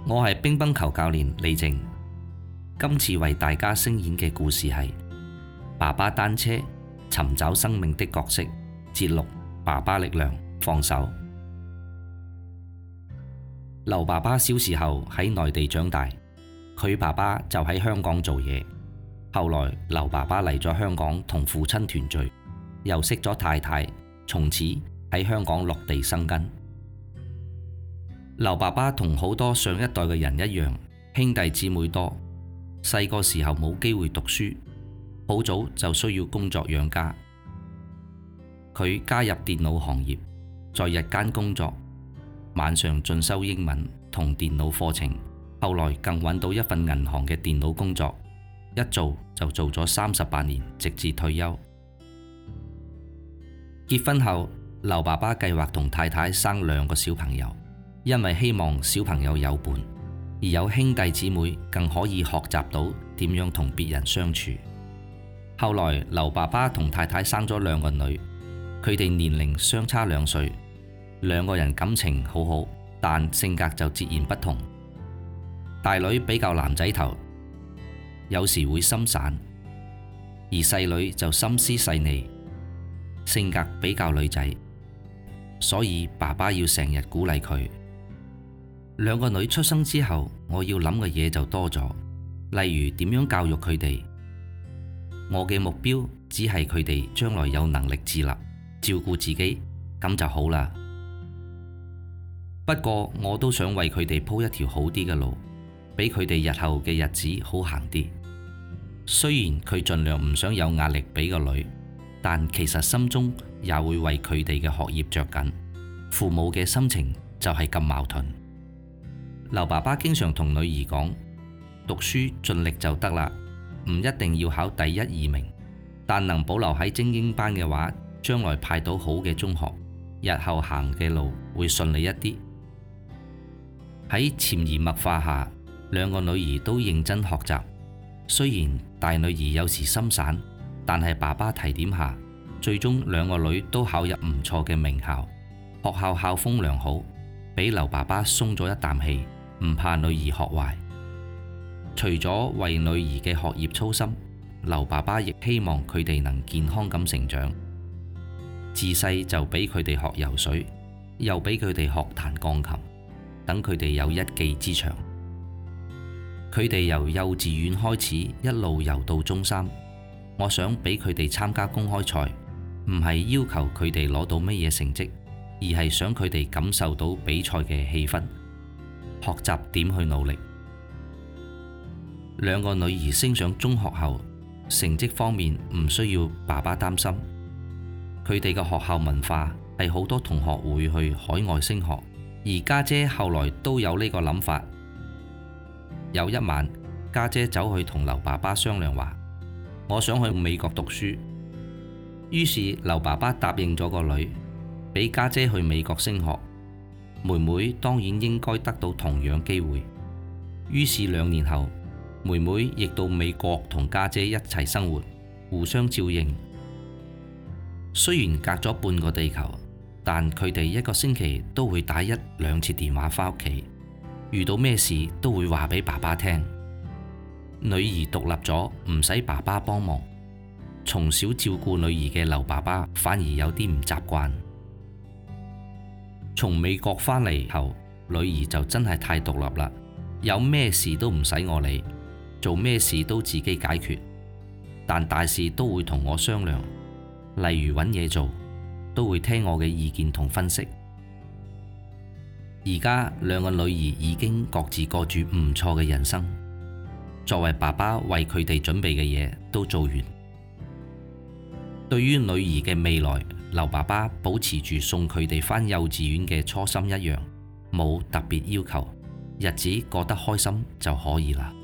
我係乒乓球教練李靜，今次為大家聲演嘅故事係爸爸單車尋找生命的角色節錄，爸爸力量放手。劉爸爸小時候喺內地長大，佢爸爸就喺香港做嘢。後來劉爸爸嚟咗香港同父親團聚，又識咗太太，從此喺香港落地生根。劉爸爸同好多上一代嘅人一樣，兄弟姊妹多，細個時候冇機會讀書，好早就需要工作養家。佢加入電腦行業，在日間工作，晚上進修英文同電腦課程，後來更揾到一份銀行嘅電腦工作，一做就做咗38年，直至退休。結婚後，劉爸爸計劃同太太生2個小朋友，因為希望小朋友有伴，而有兄弟姊妹更可以學習到點樣同別人相處。後來劉爸爸同太太生咗2個女，佢哋年齡相差2歲，2個人感情好好，但性格就截然不同。大女比較男仔頭，有時會心散，而細女就心思細膩，性格比較女仔，所以爸爸要成日鼓勵佢。2個女出生之後，我要諗嘅嘢就多咗，例如點樣教育佢哋。我嘅目標只係佢哋將來有能力自立，照顧自己，咁就好啦。不過我都想為佢哋鋪一條好啲嘅路，俾佢哋日後嘅日子好行啲。雖然佢盡量唔想有壓力俾個女，但其實心中也會為佢哋嘅學業着緊。父母嘅心情就係咁矛盾。劉爸爸經常同女兒講，讀書盡力就得啦，唔一定要考第1、2名，但能保留喺精英班嘅話，將來派到好嘅中學，日後行嘅路會順利一啲。喺潛移默化下，2個女兒都認真學習。雖然大女兒有時心散，但係爸爸提點下，最終2個女都考入唔錯嘅名校，學校校風良好，俾劉爸爸鬆咗一啖氣，唔怕女兒學壞。除咗為女兒嘅學業操心，劉爸爸亦希望佢哋能健康咁成長。自細就俾佢哋學游水，又俾佢哋學彈鋼琴，等佢哋有一技之長。佢哋由幼稚園開始一路游到中3，我想俾佢哋參加公開賽，唔係要求佢哋攞到乜嘢成績，而係想佢哋感受到比賽嘅氣氛，學習點去努力。2個女兒升上中學後，成績方面唔需要爸爸擔心。佢哋嘅學校文化係好多同學會去海外升學，而家姐後來都有呢個諗法。有一晚，家姐走去同劉爸爸商量話，我想去美國讀書。於是劉爸爸答應咗個女，俾家姐去美國升學，妹妹當然應該得到同樣機會。於是2年後，妹妹亦到美國同家姐一齊生活，互相照應。雖然隔咗半個地球，但佢哋1個星期都會打1、2次電話返屋企，遇到咩事都會話俾爸爸聽。女兒獨立咗，唔使爸爸幫忙。從小照顧女兒嘅劉爸爸反而有啲唔習慣。從美國返嚟後，女兒就真係太獨立啦，有咩事都唔使我理，做咩事都自己解決，但大事都會同我商量，例如揾嘢做，都會聽我嘅意見同分析。而家2個女兒已經各自過住唔錯嘅人生，作為爸爸為佢哋準備嘅嘢都做完。對於女兒嘅未來，劉爸爸保持住送佢哋返幼稚園嘅初心一樣，冇特別要求，日子過得開心就可以啦。